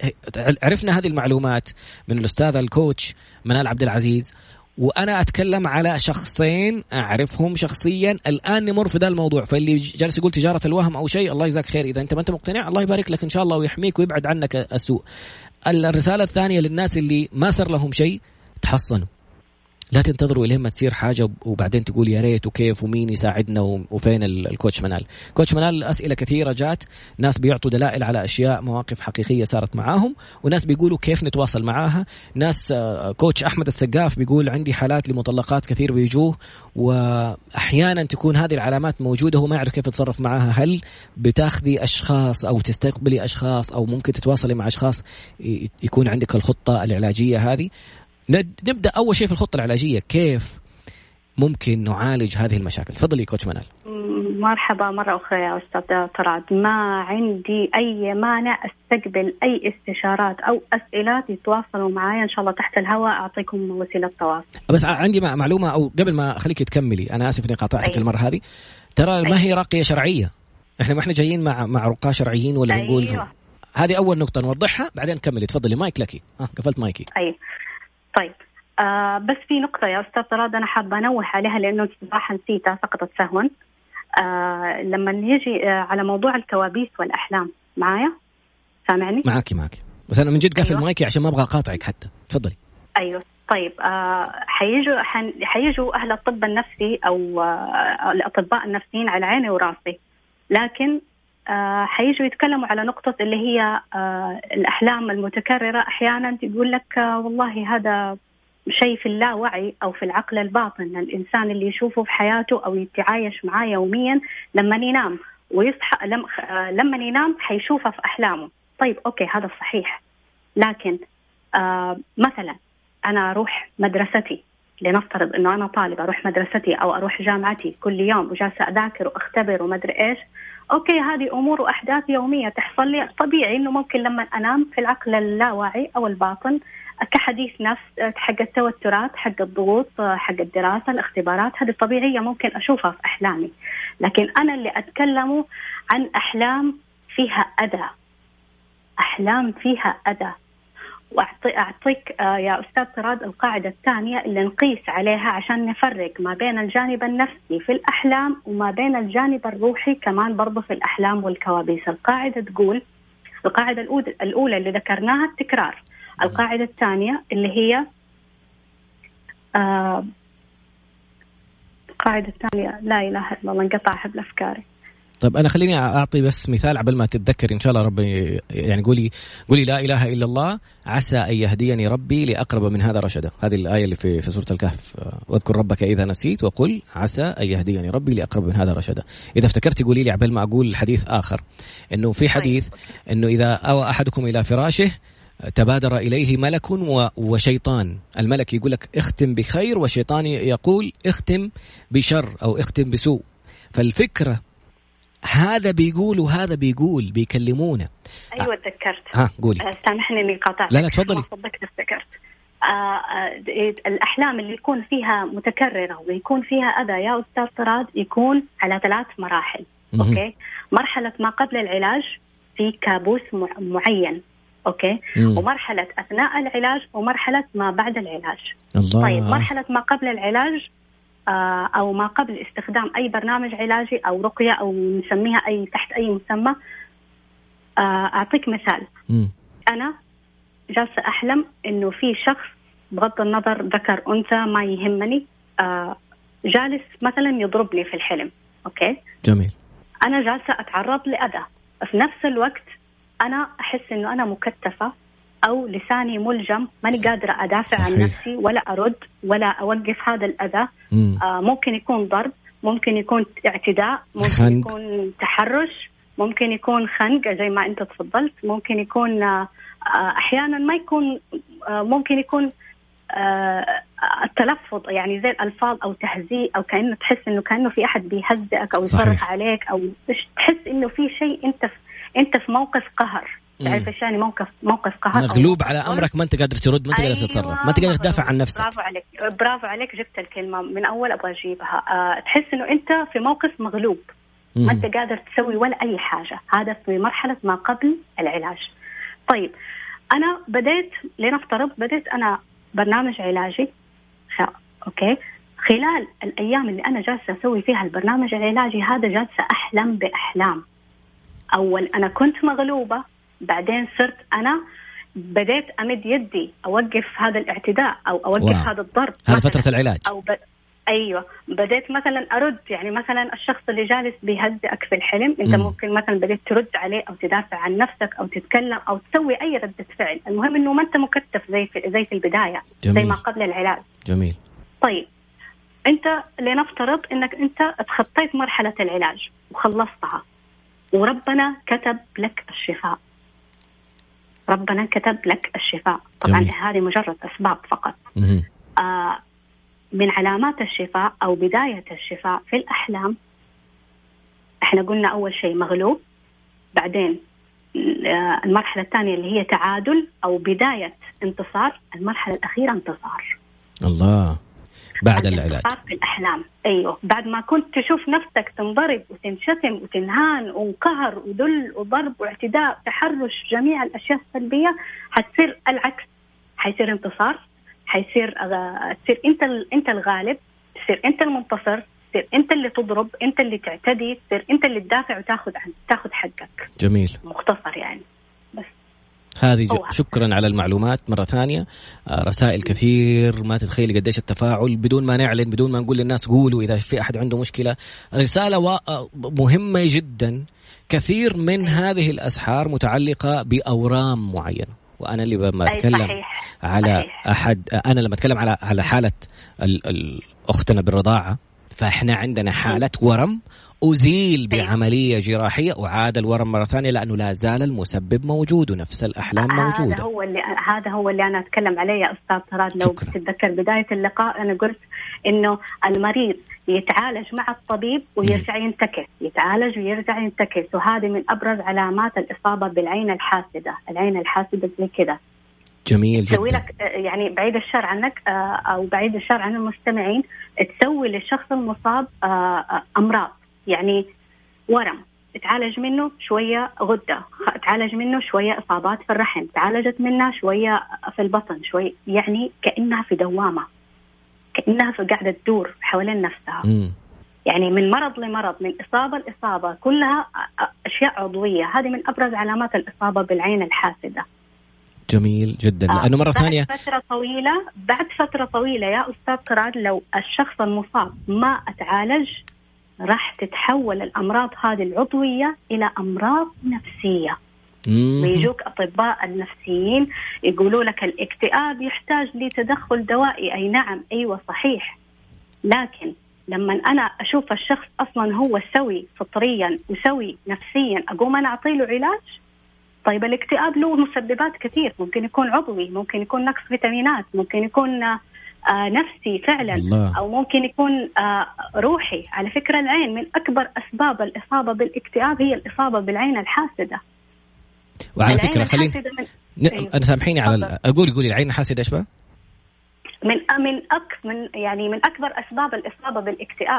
عرفنا هذه المعلومات من الأستاذ الكوتش منال عبد العزيز، وأنا أتكلم على شخصين أعرفهم شخصيا الآن نمر في ذا الموضوع. فاللي جالس يقول تجارة الوهم أو شيء، الله يجزاك خير، إذا أنت ما أنت مقتنع الله يبارك لك إن شاء الله ويحميك ويبعد عنك السوء. الرسالة الثانية للناس اللي ما صار لهم شيء، تحصنوا، لا تنتظروا إلين ما تصير حاجة وبعدين تقول يا ريت وكيف ومين يساعدنا وفين الكوتش منال. كوتش منال أسئلة كثيرة جات، ناس بيعطوا دلائل على أشياء مواقف حقيقية صارت معاهم، وناس بيقولوا كيف نتواصل معاها. ناس كوتش أحمد السقاف بيقول عندي حالات لمطلقات كثير بيجوه، وأحيانا تكون هذه العلامات موجودة هو ما يعرف كيف يتصرف معاها. هل بتاخذي أشخاص أو تستقبلي أشخاص أو ممكن تتواصلي مع أشخاص يكون عندك الخطة العلاجية هذه؟ نبدأ أول شيء في الخطة العلاجية، كيف ممكن نعالج هذه المشاكل؟ تفضلي كوتش منال. مرحبا مرة أخرى يا أستاذ طراد، ما عندي أي مانع استقبل أي استشارات أو أسئلة يتواصلوا معايا إن شاء الله تحت الهواء، أعطيكم وسيلة تواصل. بس عندي معلومة أو قبل ما أخليك تكملي، أنا آسف إني قاطعتك أيوة. المرة هذه ترى أيوة. ما هي راقية شرعية، إحنا ما إحنا جايين مع مع رقاة شرعيين ولا أيوة. بنقول هذه أول نقطة نوضحها بعدين كملي. تفضلي مايك لكي. ها قفلت مايكي. أيوة. طيب آه بس في نقطة يا أستاذ طراد أنا حابة أنوه عليها لأنه صراحة نسيتها، سقطت سهوا. آه لما نيجي آه على موضوع الكوابيس والأحلام، معايا سامعني؟ معاكي معاكي بس أنا من جد قافل أيوة. مايكي عشان ما أبغى أقاطعك حتى، تفضلي. أيوة طيب. آه حيجوا حيجوا أهل الطب النفسي أو آه الأطباء النفسيين على عيني وراسي، لكن آه حيجوا يتكلموا على نقطة اللي هي آه الأحلام المتكررة. أحيانا يقول لك آه والله هذا شيء في اللاوعي أو في العقل الباطن، الإنسان اللي يشوفه في حياته أو يتعايش معاه يوميا لما ينام ويصحى، لما, آه لما ينام حيشوفه في أحلامه. طيب أوكي هذا صحيح، لكن آه مثلا أنا أروح مدرستي، لنفترض أنه أنا طالب أروح مدرستي أو أروح جامعتي كل يوم وجالسة أذاكر وأختبر ومدري إيش، أوكي هذه أمور وأحداث يومية تحصل لي. طبيعي أنه ممكن لما أنام في العقل اللاواعي أو الباطن كحديث نفس حق التوترات، حق الضغوط، حق الدراسة، الاختبارات، هذه طبيعية ممكن أشوفها في أحلامي. لكن أنا اللي أتكلم عن أحلام فيها أذى، أحلام فيها أذى. وأعطيك يا أستاذ طراد القاعدة الثانية اللي نقيس عليها عشان نفرق ما بين الجانب النفسي في الأحلام وما بين الجانب الروحي كمان برضو في الأحلام والكوابيس. القاعدة تقول، القاعدة الأولى اللي ذكرناها التكرار، القاعدة الثانية اللي هي آه القاعدة الثانية لا إله إلا الله، انقطع حبل أفكاري. طيب أنا خليني أعطي بس مثال عبل ما تتذكر إن شاء الله ربي، يعني قولي قولي لا إله إلا الله عسى أن يهديني ربي لأقرب من هذا رشدا. هذه الآية اللي في في سورة الكهف، واذكر ربك إذا نسيت وقل عسى أن يهديني ربي لأقرب من هذا رشدا. إذا افتكرتي قولي لي عبل ما أقول حديث آخر، إنه في حديث إنه إذا أوى أحدكم إلى فراشه تبادر إليه ملك وشيطان، الملك يقول لك اختم بخير والشيطان يقول اختم بشر أو اختم بسوء. فالفكرة هذا بيقول وهذا بيقول بيكلمونا. أيوة تذكرت. ها قولي. سامحني اللي قاطعت. لا لا تفضلي. صدقت افتكرت. آه آه الأحلام اللي يكون فيها متكررة ويكون فيها أذى يا أستاذ طراد يكون على ثلاث مراحل. م- أوكي. مرحلة ما قبل العلاج في كابوس معين. أوكي. م- ومرحلة أثناء العلاج ومرحلة ما بعد العلاج. الله. طيب مرحلة ما قبل العلاج أو ما قبل استخدام أي برنامج علاجي أو رقية أو نسميها أي تحت أي مسمى. أعطيك مثال. م. أنا جالسة أحلم إنه في شخص بغض النظر ذكر أنثى ما يهمني جالس مثلا يضربني في الحلم. أوكي جميل. أنا جالسة أتعرض لأذى، في نفس الوقت أنا أحس إنه أنا مكتفة أو لساني ملجم، ماني قادرة أدافع صحيح. عن نفسي ولا أرد ولا أوقف هذا الأذى. آه ممكن يكون ضرب، ممكن يكون اعتداء، ممكن خنق. يكون تحرش، ممكن يكون خنق زي ما أنت تفضلت، ممكن يكون آه أحيانا ما يكون آه ممكن يكون آه التلفظ يعني زي الألفاظ أو تهزيء أو كأنه تحس إنه كأنه في أحد بيهزئك أو يصرخ عليك أو تحس إنه في شيء أنت في أنت في موقف قهر. تعرف ايش يعني موقف موقف قهر، مغلوب على امرك، ما انت قادر ترد، ما انت قادر أيوة تتصرف، ما انت قادر تدافع عن نفسك. برافو عليك برافو عليك جبت الكلمه من اول ابغى اجيبها. أه تحس انه انت في موقف مغلوب، ما انت قادر تسوي ولا اي حاجه. هذا في مرحله ما قبل العلاج. طيب انا بديت لنفترض بديت انا برنامج علاجي. اوكي خلال الايام اللي انا جالسه اسوي فيها البرنامج العلاجي هذا جالسه احلم باحلام. اول انا كنت مغلوبه، بعدين صرت أنا بديت أمد يدي أوقف هذا الاعتداء أو أوقف واو. هذا الضرب. هذا فترة العلاج. أو ب... أيوة بديت مثلا أرد، يعني مثلا الشخص اللي جالس بيهزئك في الحلم أنت م. ممكن مثلا بديت ترد عليه أو تدافع عن نفسك أو تتكلم أو تسوي أي ردة فعل. المهم إنه ما أنت مكتف زي في زي في البداية. جميل. زي ما قبل العلاج. جميل. طيب أنت لنفترض إنك أنت اتخطيت مرحلة العلاج وخلصتها وربنا كتب لك الشفاء. ربنا كتب لك الشفاء. طبعا جميل. هذه مجرد أسباب فقط. آه من علامات الشفاء أو بداية الشفاء في الأحلام احنا قلنا أول شيء مغلوب، بعدين آه المرحلة الثانية اللي هي تعادل أو بداية انتصار، المرحلة الأخيرة انتصار. الله. بعد العلاج في الأحلام. أيوه بعد ما كنت تشوف نفسك تنضرب وتنشتم وتنهان وقهر وذل وضرب واعتداء تحرش جميع الأشياء السلبية، حتصير العكس، حيصير انتصار، حيصير تصير أنت أنت الغالب، تصير أنت المنتصر، تصير أنت اللي تضرب، أنت اللي تعتدي، تصير أنت اللي تدافع وتاخذ عن تاخذ حقك. جميل. مختصر يعني. بس هذه شكرا على المعلومات مرة ثانية. رسائل كثير ما تتخيل قديش التفاعل بدون ما نعلن، بدون ما نقول للناس قولوا إذا في أحد عنده مشكلة. رسالة مهمة جدا. كثير من هذه الأسحار متعلقة بأورام معينة، وأنا اللي لما أتكلم صحيح. على صحيح. أحد أنا لما أتكلم على على حالة أختنا بالرضاعة، فإحنا عندنا حالة ورم أزيل بعملية جراحية وعاد الورم مرة ثانية لأنه لا زال المسبب موجود ونفس الأحلام موجودة. هذا هو اللي هذا هو اللي أنا أتكلم عليه يا أستاذ طراد. لو تتذكر بداية اللقاء أنا قلت إنه المريض يتعالج مع الطبيب ويرجع ينتكس، يتعالج ويرجع ينتكس، وهذه من أبرز علامات الإصابة بالعين الحاسدة. العين الحاسدة زي كده. جميل جدا. تسوي لك يعني بعيد الشر عنك أو بعيد الشر عن المستمعين، تسوي للشخص المصاب أمراض، يعني ورم تعالج منه شوية غدة، تعالج منه شوية إصابات في الرحم، تعالجت منها شوية في البطن شوية، يعني كأنها في دوامة، كأنها في قاعدة تدور حوالين نفسها. م. يعني من مرض لمرض، من إصابة لإصابة، كلها أشياء عضوية. هذه من أبرز علامات الإصابة بالعين الحاسدة. جميل جدا. لأنه مرة بعد ثانية فترة طويلة بعد فترة طويلة يا أستاذ طراد، لو الشخص المصاب ما أتعالج راح تتحول الأمراض هذه العضوية إلى أمراض نفسية. ويجوك أطباء النفسيين يقولوا لك الاكتئاب يحتاج لتدخل دوائي. أي نعم، أيوة صحيح، لكن لما أنا أشوف الشخص أصلا هو سوي فطريا وسوي نفسيا، أقوم أنا أعطيله علاج. طيب الاكتئاب له مسببات كثير، ممكن يكون عضوي، ممكن يكون نقص فيتامينات، ممكن يكون آه نفسي فعلا الله. أو ممكن يكون آه روحي. على فكرة العين من أكبر أسباب الإصابة بالاكتئاب هي الإصابة بالعين الحاسدة. وعلى فكرة خليني من... أيوه. أنا سامحيني على أقول قولي العين الحاسدة إيش بقى؟ من من أك من يعني من أكبر أسباب الإصابة بالاكتئاب.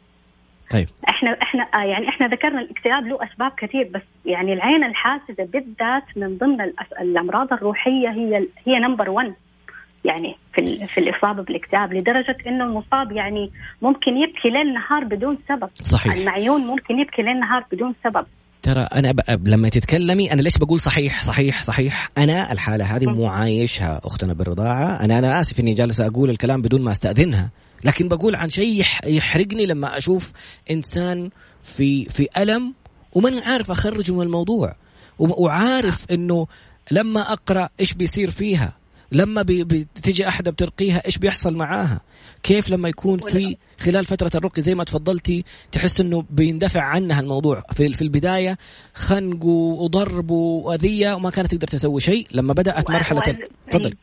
طيب احنا احنا آه يعني احنا ذكرنا الاكتئاب له اسباب كثير، بس يعني العين الحاسده بالذات من ضمن الامراض الروحيه هي هي نمبر واحد يعني في في الاصابه بالاكتئاب، لدرجه انه المصاب يعني ممكن يبكي ليل نهار بدون سبب. صحيح. المعيون ممكن يبكي ليل نهار بدون سبب. ترى انا لما تتكلمي انا ليش بقول صحيح صحيح صحيح، انا الحاله هذه مو عايشها اختنا بالرضاعه. انا انا اسف اني جالسه اقول الكلام بدون ما استاذنها، لكن بقول عن شيء يحرقني لما أشوف إنسان في في ألم وماني عارف أخرجه من الموضوع، وعارف إنه لما أقرأ إيش بيصير فيها، لما بتيجي أحد بترقيها إيش بيحصل معاها، كيف لما يكون في خلال فترة الرقي زي ما تفضلتي تحس إنه بيندفع عنها الموضوع في في البداية، خنق وضرب وأذية وما كانت تقدر تسوي شيء. لما بدأت مرحلة تفضل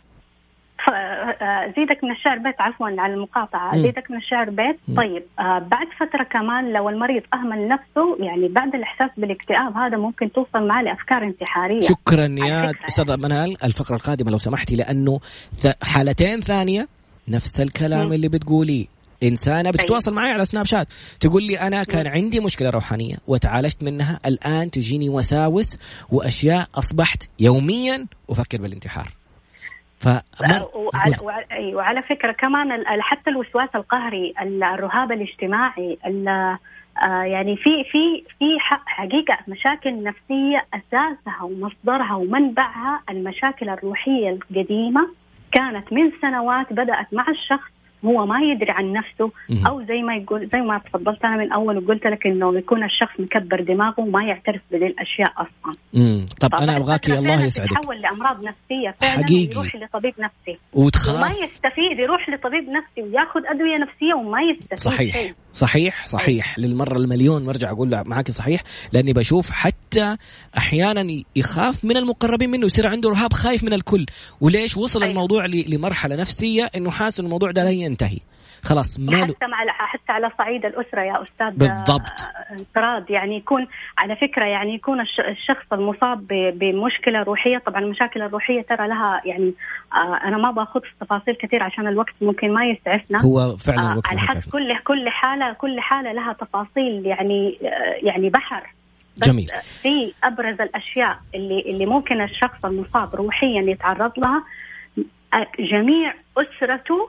زيدك من الشعر بيت، عفوا على المقاطعة، م. زيدك من الشعر بيت. م. طيب آه بعد فترة كمان لو المريض أهمل نفسه، يعني بعد الإحساس بالاكتئاب هذا ممكن توصل معه لأفكار انتحارية. شكرا يا أستاذة منال. الفقرة القادمة لو سمحتي، لأنه حالتين ثانية نفس الكلام م. اللي بتقوليه. إنسانة بتتواصل معي على سناب شات تقول لي أنا كان م. عندي مشكلة روحانية وتعالجت منها، الآن تجيني وساوس وأشياء أصبحت يوميا أفكر بالانتحار. وعلى, وعلى فكرة كمان حتى الوسواس القهري، الرهاب الاجتماعي، يعني في في في حقيقة مشاكل نفسية أساسها ومصدرها ومنبعها المشاكل الروحية القديمة، كانت من سنوات بدأت مع الشخص هو ما يدري عن نفسه، أو زي ما يقول زي ما تفضلت أنا من أول وقلت لك إنه يكون الشخص مكبر دماغه وما يعترف بهذه الأشياء أصلاً. امم طب أنا أبغاكي الله يسعدك يتحول لأمراض نفسية فعلاً، يروح لطبيب نفسي وتخاف وما يستفيد، يروح لطبيب نفسي وياخذ أدوية نفسية وما يستفيد. صحيح شيء. صحيح صحيح أي. للمرة المليون مرجع أقول معاكي صحيح، لأني بشوف حتى أحياناً يخاف من المقربين منه، يصير عنده رهاب، خايف من الكل. وليش وصل أي. الموضوع لمرحلة نفسية إنه حاسس إن الموضوع ده لا ينتهي خلاص. ماله حتى على حتى على صعيد الأسرة يا أستاذ بالضبط طراد، يعني يكون على فكرة يعني يكون الشخص المصاب بمشكلة روحية. طبعا المشاكل الروحية ترى لها يعني آه أنا ما باخذ في تفاصيل كثير عشان الوقت ممكن ما يسعفنا. هو فعلا آه على حسب كل كل حالة كل حالة لها تفاصيل يعني آه يعني بحر. جميل. في أبرز الأشياء اللي اللي ممكن الشخص المصاب روحيا يتعرض لها، جميع أسرته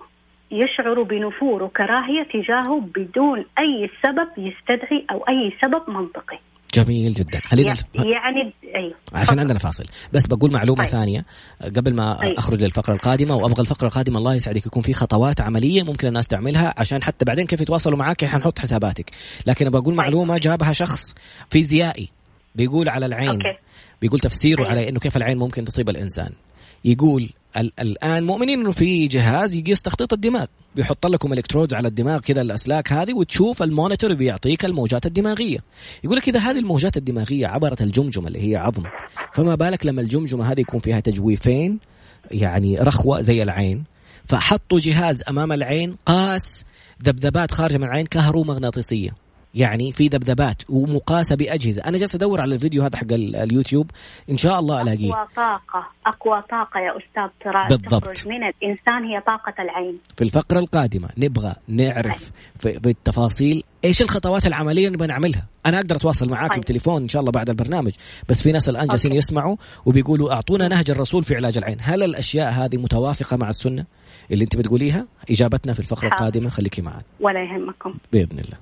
يشعر بنفور وكراهية تجاهه بدون أي سبب يستدعي أو أي سبب منطقي. جميل جدا. خلينا يعني, يعني أيوه. عشان عندنا فاصل بس بقول معلومة طيب. ثانية قبل ما أيوه. أخرج للفقرة القادمة، وأبغى الفقرة القادمة الله يسعدك يكون في خطوات عملية ممكن الناس تعملها عشان حتى بعدين كيف يتواصلوا معك حنحط حساباتك. لكن بقول معلومة جابها شخص فيزيائي بيقول على العين أوكي. بيقول تفسيره أيوه. على إنه كيف العين ممكن تصيب الإنسان. يقول الآن مؤمنين إنه في جهاز يقيس تخطيط الدماغ، بيحط لكم الكترودز على الدماغ كذا الأسلاك هذه وتشوف المونيتور بيعطيك الموجات الدماغية. يقول لك إذا هذه الموجات الدماغية عبرت الجمجمة اللي هي عظم، فما بالك لما الجمجمة هذه يكون فيها تجويفين يعني رخوة زي العين، فحطوا جهاز أمام العين قاس ذبذبات خارجة من العين كهرومغناطيسية، يعني في ذبذبات ومقاسة بأجهزة. أنا جالس أدور على الفيديو هذا حق اليوتيوب إن شاء الله ألاقيه. أقوى طاقة أقوى طاقة يا أستاذ ترى تخرج من الإنسان هي طاقة العين. في الفقرة القادمة نبغى نعرف في بالتفاصيل إيش الخطوات العملية نبغى نعملها. أنا أقدر أتواصل معاك طيب. بتليفون إن شاء الله بعد البرنامج، بس في ناس الآن جالسين يسمعوا وبيقولوا أعطونا نهج الرسول في علاج العين. هل الأشياء هذه متوافقة مع السنة اللي أنت بتقوليها؟ إجابتنا في الفقرة حاضر. القادمة خليكي معنا ولا يهمكم بإذن الله.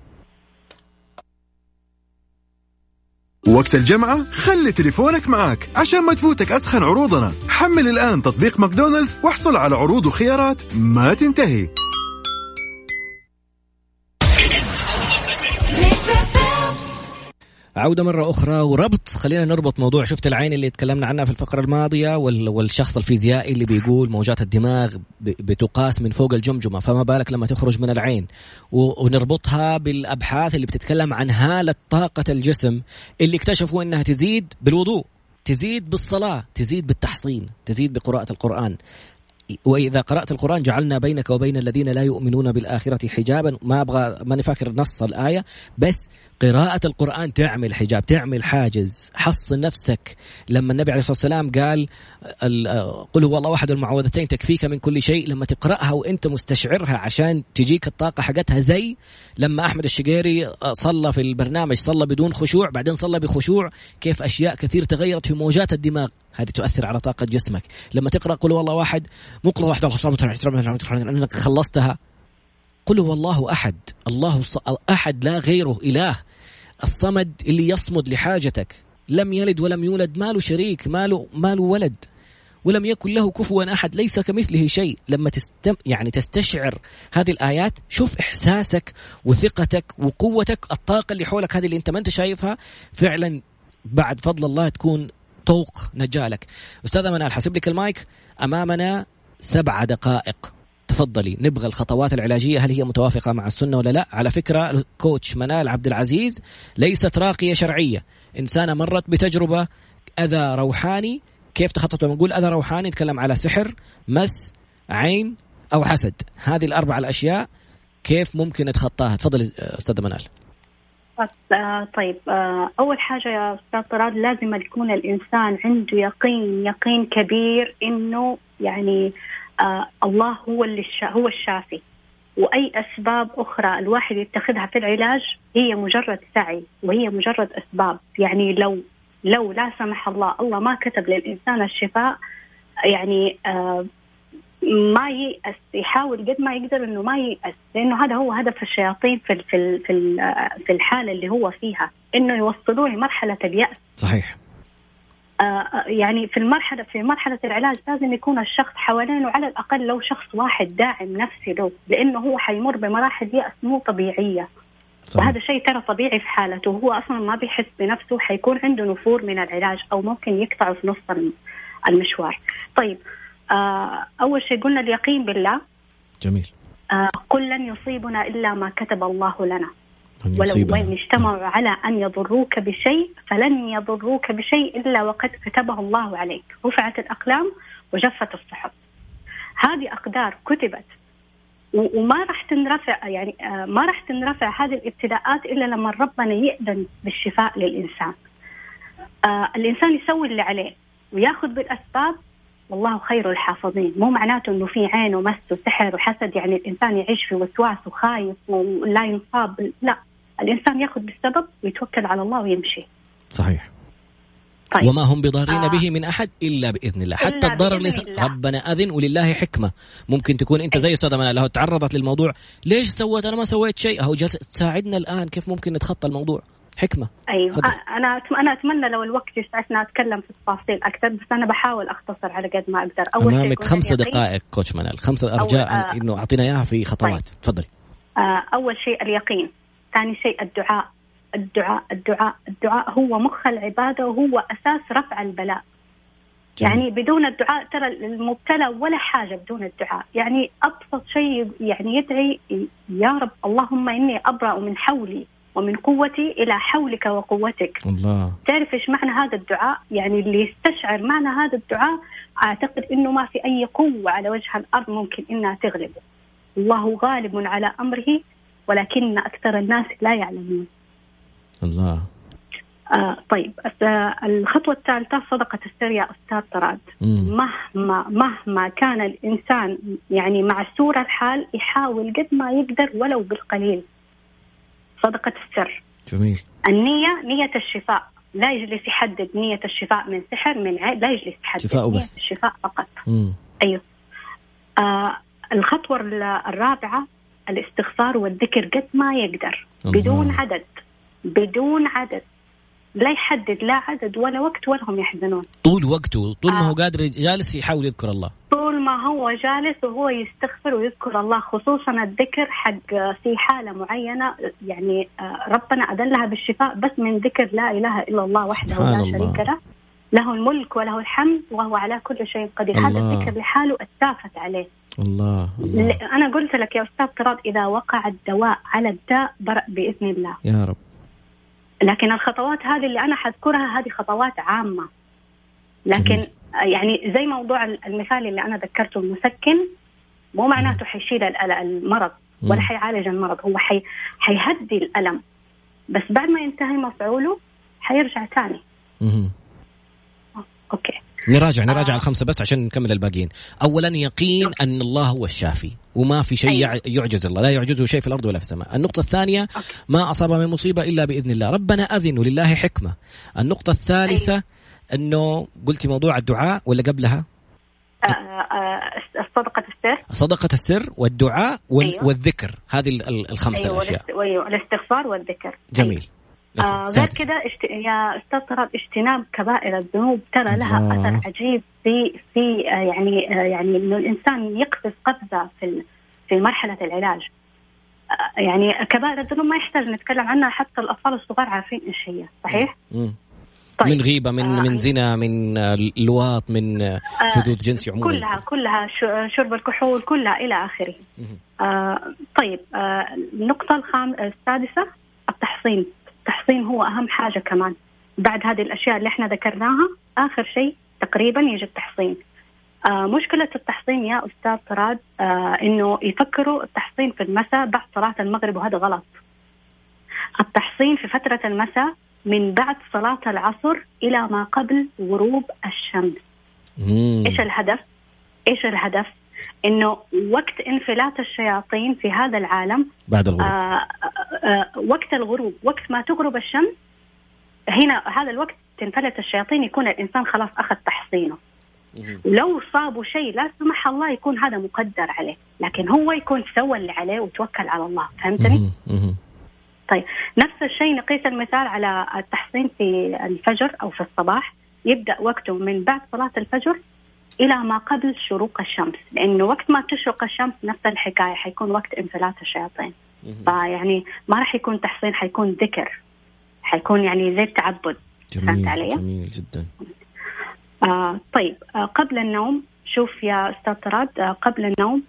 وقت الجمعة خلي تليفونك معاك عشان ما تفوتك أسخن عروضنا. حمل الآن تطبيق ماكدونالدز واحصل على عروض وخيارات ما تنتهي. عودة مرة أخرى وربط، خلينا نربط موضوع شفت العين اللي تكلمنا عنها في الفقرة الماضية والشخص الفيزيائي اللي بيقول موجات الدماغ بتقاس من فوق الجمجمة، فما بالك لما تخرج من العين، ونربطها بالأبحاث اللي بتتكلم عن هالة طاقة الجسم اللي اكتشفوا أنها تزيد بالوضوء، تزيد بالصلاة، تزيد بالتحصين، تزيد بقراءة القرآن. وإذا قرأت القرآن جعلنا بينك وبين الذين لا يؤمنون بالآخرة حجابا. ما أبغى ما نفكر نص الآية، بس قراءة القرآن تعمل حجاب، تعمل حاجز. حصن نفسك. لما النبي عليه الصلاة والسلام قال قل هو الله أحد المعوذتين تكفيك من كل شيء، لما تقرأها وإنت مستشعرها عشان تجيك الطاقة حقتها، زي لما أحمد الشقيري صلى في البرنامج صلى بدون خشوع بعدين صلى بخشوع، كيف أشياء كثير تغيرت في موجات الدماغ، هذه تؤثر على طاقة جسمك. لما تقرأ قل هو الله واحد مقرأ واحد أنك خلصتها، قل هو الله أحد، الله أحد لا غيره إله، الصمد اللي يصمد لحاجتك، لم يلد ولم يولد، ما له شريك، ما له ما له ولد، ولم يكن له كفوا أحد، ليس كمثله شيء. لما تستم يعني تستشعر هذه الآيات، شوف إحساسك وثقتك وقوتك، الطاقة اللي حولك هذه اللي أنت ما أنت شايفها، فعلا بعد فضل الله تكون طوق نجالك. أستاذة منال حسب لك المايك، أمامنا سبع دقائق، تفضلي. نبغى الخطوات العلاجية هل هي متوافقة مع السنة ولا لا؟ على فكرة الكوتش منال عبد العزيز ليست راقية شرعية، إنسانة مرت بتجربة أذى روحاني. كيف تخطط؟ لما نقول أذى روحاني نتكلم على سحر، مس، عين أو حسد، هذه الأربع الأشياء كيف ممكن نتخطاها؟ تفضلي أستاذة منال. طيب أول حاجة يا أستاذ طراد، لازم يكون الإنسان عنده يقين يقين كبير إنه يعني آه الله هو اللي هو الشافي، وأي أسباب أخرى الواحد يتخذها في العلاج هي مجرد سعي وهي مجرد أسباب. يعني لو لو لا سمح الله الله ما كتب للإنسان الشفاء، يعني آه ما ييأس، يحاول قد ما يقدر إنه ما ييأس، لأنه هذا هو هدف الشياطين في في في في الحالة اللي هو فيها، إنه يوصلوه لمرحلة اليأس. صحيح. آه يعني في المرحلة في مرحلة العلاج لازم يكون الشخص حوالينه على الأقل لو شخص واحد داعم نفسي له، لأنه هو حيمر بمراحل يأس مو طبيعية. صحيح. وهذا شيء ترى طبيعي في حالته، وهو أصلا ما بيحس بنفسه، حيكون عنده نفور من العلاج أو ممكن يقطع في نص المشوار. طيب آه أول شيء قلنا اليقين بالله. جميل. آه قل لن يصيبنا إلا ما كتب الله لنا، ولو وإن اجتمعوا على أن يضروك بشيء فلن يضروك بشيء إلا وقد كتبه الله عليك، رفعت الأقلام وجفت الصحف. هذه أقدار كتبت وما راح تنرفع، يعني آه ما راح تنرفع هذه الابتلاءات إلا لما ربنا يأذن بالشفاء للإنسان. آه الإنسان يسوي اللي عليه وياخذ بالأسباب، والله خير الحافظين. مو معناته انه في عين ومس وسحر وحسد يعني الانسان يعيش في وسواس وخايف ولا ينصاب، لا، الانسان ياخذ بالسبب ويتوكل على الله ويمشي. صحيح طيب. وما هم بضارين آه. به من أحد إلا بإذن الله. حتى الضرر ليس ربنا أذن ولله حكمة. ممكن تكون أنت زي أستاذة منال لو تعرضت للموضوع ليش سويت أنا ما سويت شيء أهو جالس تساعدنا الآن كيف ممكن نتخطى الموضوع حكمة. أيوة فضل. أنا أنا أتمنى لو الوقت يسعفنا أتكلم في التفاصيل أكثر بس أنا بحاول أختصر على قد ما أقدر. أول شيء أمامك خمسة دقائق كوتش منال خمسة أرجاء آه إنه أعطينا إياها في خطوات. طيب. تفضلي. آه أول شيء اليقين. ثاني شيء الدعاء. الدعاء الدعاء الدعاء هو مخ العبادة وهو أساس رفع البلاء. جميل. يعني بدون الدعاء ترى المبتلى ولا حاجة بدون الدعاء. يعني أبسط شيء يعني يدعي يا رب اللهم إني أبرأ من حولي ومن قوتي إلى حولك وقوتك. الله. تعرف إيش معنى هذا الدعاء؟ يعني اللي يستشعر معنى هذا الدعاء أعتقد إنه ما في أي قوة على وجه الأرض ممكن إنها تغلبه. الله غالب على أمره ولكن أكثر الناس لا يعلمون. الله. آه طيب آه الخطوة الثالثة صدقة السر يا أستاذ طراد. مهما مهما كان الإنسان يعني معسور الحال يحاول قد ما يقدر ولو بالقليل. صدقة السر. جميل. النية نية الشفاء. لا يجلس يحدد نية الشفاء من سحر من عين. لا يجلس يحدد شفاء نية بس. الشفاء فقط. مم. أيوه. آه الخطوة الرابعة الاستغفار والذكر قد ما يقدر. الله. بدون عدد بدون عدد. لا يحدد لا عدد ولا وقت ولا هم يحزنون. طول وقته طول ما آه. هو قادر جالس يحاول يذكر الله. طول ما هو جالس وهو يستغفر ويذكر الله خصوصا الذكر حق في حالة معينة يعني ربنا أدلها بالشفاء بس من ذكر لا إله إلا الله وحده لا شريك له له الملك وله الحمد وهو على كل شيء قدير. هذا الذكر لحاله اتفت عليه. الله. الله. أنا قلت لك يا أستاذ طراد إذا وقع الدواء على الداء برأ بإذن الله. يا رب. لكن الخطوات هذه اللي أنا حذكرها هذه خطوات عامة. لكن جميل. يعني زي موضوع المثال اللي أنا ذكرته المسكن مو معناته حيشيل المرض ولا حيعالج المرض. هو حي حيهدي الألم بس بعد ما ينتهي مفعوله حيرجع تاني. مم. أوكي نراجع نراجع آه. الخمسة بس عشان نكمل الباقيين. أولا يقين أوكي. أن الله هو الشافي وما في شيء أيوة. يعجز الله. لا يعجزه شيء في الأرض ولا في السماء. النقطة الثانية أوكي. ما أصاب من مصيبة إلا بإذن الله ربنا أذن ولله حكمة. النقطة الثالثة أيوة. أنه قلتي موضوع الدعاء ولا قبلها آه آه صدقة السر صدقة السر والدعاء وال... أيوة. والذكر. هذه الخمسة أيوة. الأشياء. أيوة. الاستغفار والذكر. جميل. أيوة. آه غير كده اشت... يا أستاذ طراد اجتناب كبائر الذنوب ترى لها الله. أثر عجيب في في آه يعني آه يعني إنه الإنسان يقفز قفزة في في مرحلة العلاج. آه يعني كبائر الذنوب ما يحتاج نتكلم عنها حتى الأطفال الصغار عارفين إيش هي صحيح؟ م. طيب. من غيبة من آه. من زنا من لواط من شذوذ جنسي عموما كلها كلها شرب الكحول كلها إلى آخره. آه طيب آه النقطة الخام السادسة التحصين. التحصين هو أهم حاجة كمان بعد هذه الأشياء اللي احنا ذكرناها. آخر شيء تقريبا يجي التحصين. آه مشكلة التحصين يا أستاذ طراد آه إنه يفكروا التحصين في المساء بعد صلاة المغرب وهذا غلط. التحصين في فترة المساء من بعد صلاة العصر إلى ما قبل غروب الشمس. مم. إيش الهدف؟ إيش الهدف؟ إنه وقت انفلات الشياطين في هذا العالم بعد الغروب. آه آه وقت الغروب وقت ما تغرب الشمس هنا هذا الوقت تنفلت الشياطين يكون الإنسان خلاص أخذ تحصينه. مم. ولو صابوا شيء لا سمح الله يكون هذا مقدر عليه لكن هو يكون سوى اللي عليه وتوكل على الله. فهمتني؟ مم. طيب نفس الشيء نقيس المثال على التحصين في الفجر أو في الصباح. يبدأ وقته من بعد صلاة الفجر إلى ما قبل شروق الشمس لأنه وقت ما تشرق الشمس نفس الحكاية حيكون وقت انفلات الشياطين. فيعني ما راح يكون تحصين حيكون ذكر حيكون يعني زي التعبد. جميل علي؟ جميل جدا. آه طيب آه قبل النوم شوف يا أستاذ طراد آه قبل النوم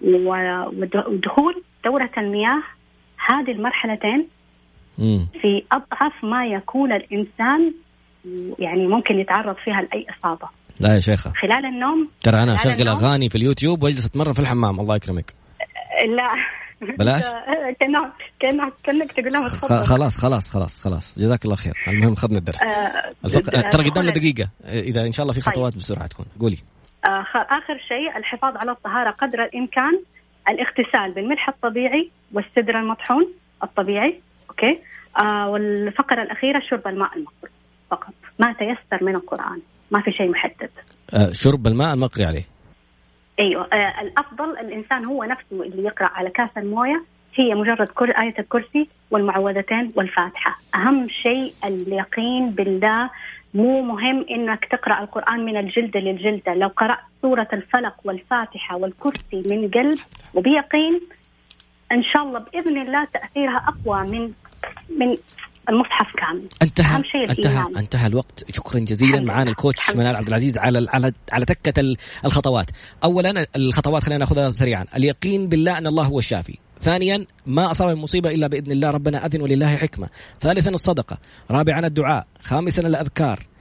ودخول دورة المياه هذه المرحلتين مم. في أضعف ما يكون الإنسان يعني ممكن يتعرض فيها لأي إصابة. لا يا شيخة خلال النوم ترى أنا أشغل أغاني في اليوتيوب وأجلس أتمرن في الحمام. الله يكرمك. لا بلاش كأنك كأنك كأنك تقول لهم خلاص خلاص خلاص خلاص جزاك الله خير. المهم خذنا الدرس. آه الفق... ترى قدامنا دقيقة إذا إن شاء الله في خطوات طيب. بسرعة تكون قولي. آه آخر شيء الحفاظ على الطهارة قدر الإمكان. الاغتسال بالملح الطبيعي والسدر المطحون الطبيعي. أوكي. آه والفقرة الأخيرة شرب الماء المغفور فقط ما تيسر من القرآن، ما في شيء محدد. آه شرب الماء المقري عليه. أيوة آه الأفضل الإنسان هو نفسه اللي يقرأ على كاس الموية، هي مجرد كل آية الكرسي والمعوذتين والفاتحة. أهم شيء اليقين بالله. مو مهم إنك تقرأ القرآن من الجلدة للجلدة، لو قرأت سورة الفلق والفاتحة والكرسي من قلب وبيقين إن شاء الله بإذن الله تأثيرها أقوى من من المصحف كامل. انتهى انتهى انتهى الوقت. شكرا جزيلا. معانا الكوتش منال عبد العزيز على على على تكة الخطوات. اولا الخطوات خلينا ناخذها سريعا. اليقين بالله ان الله هو الشافي. ثانيا ما أصاب المصيبة إلا بإذن الله، ربنا أذن ولله حكمة. ثالثا الصدقة. رابعا الدعاء. خامسا الأذكار.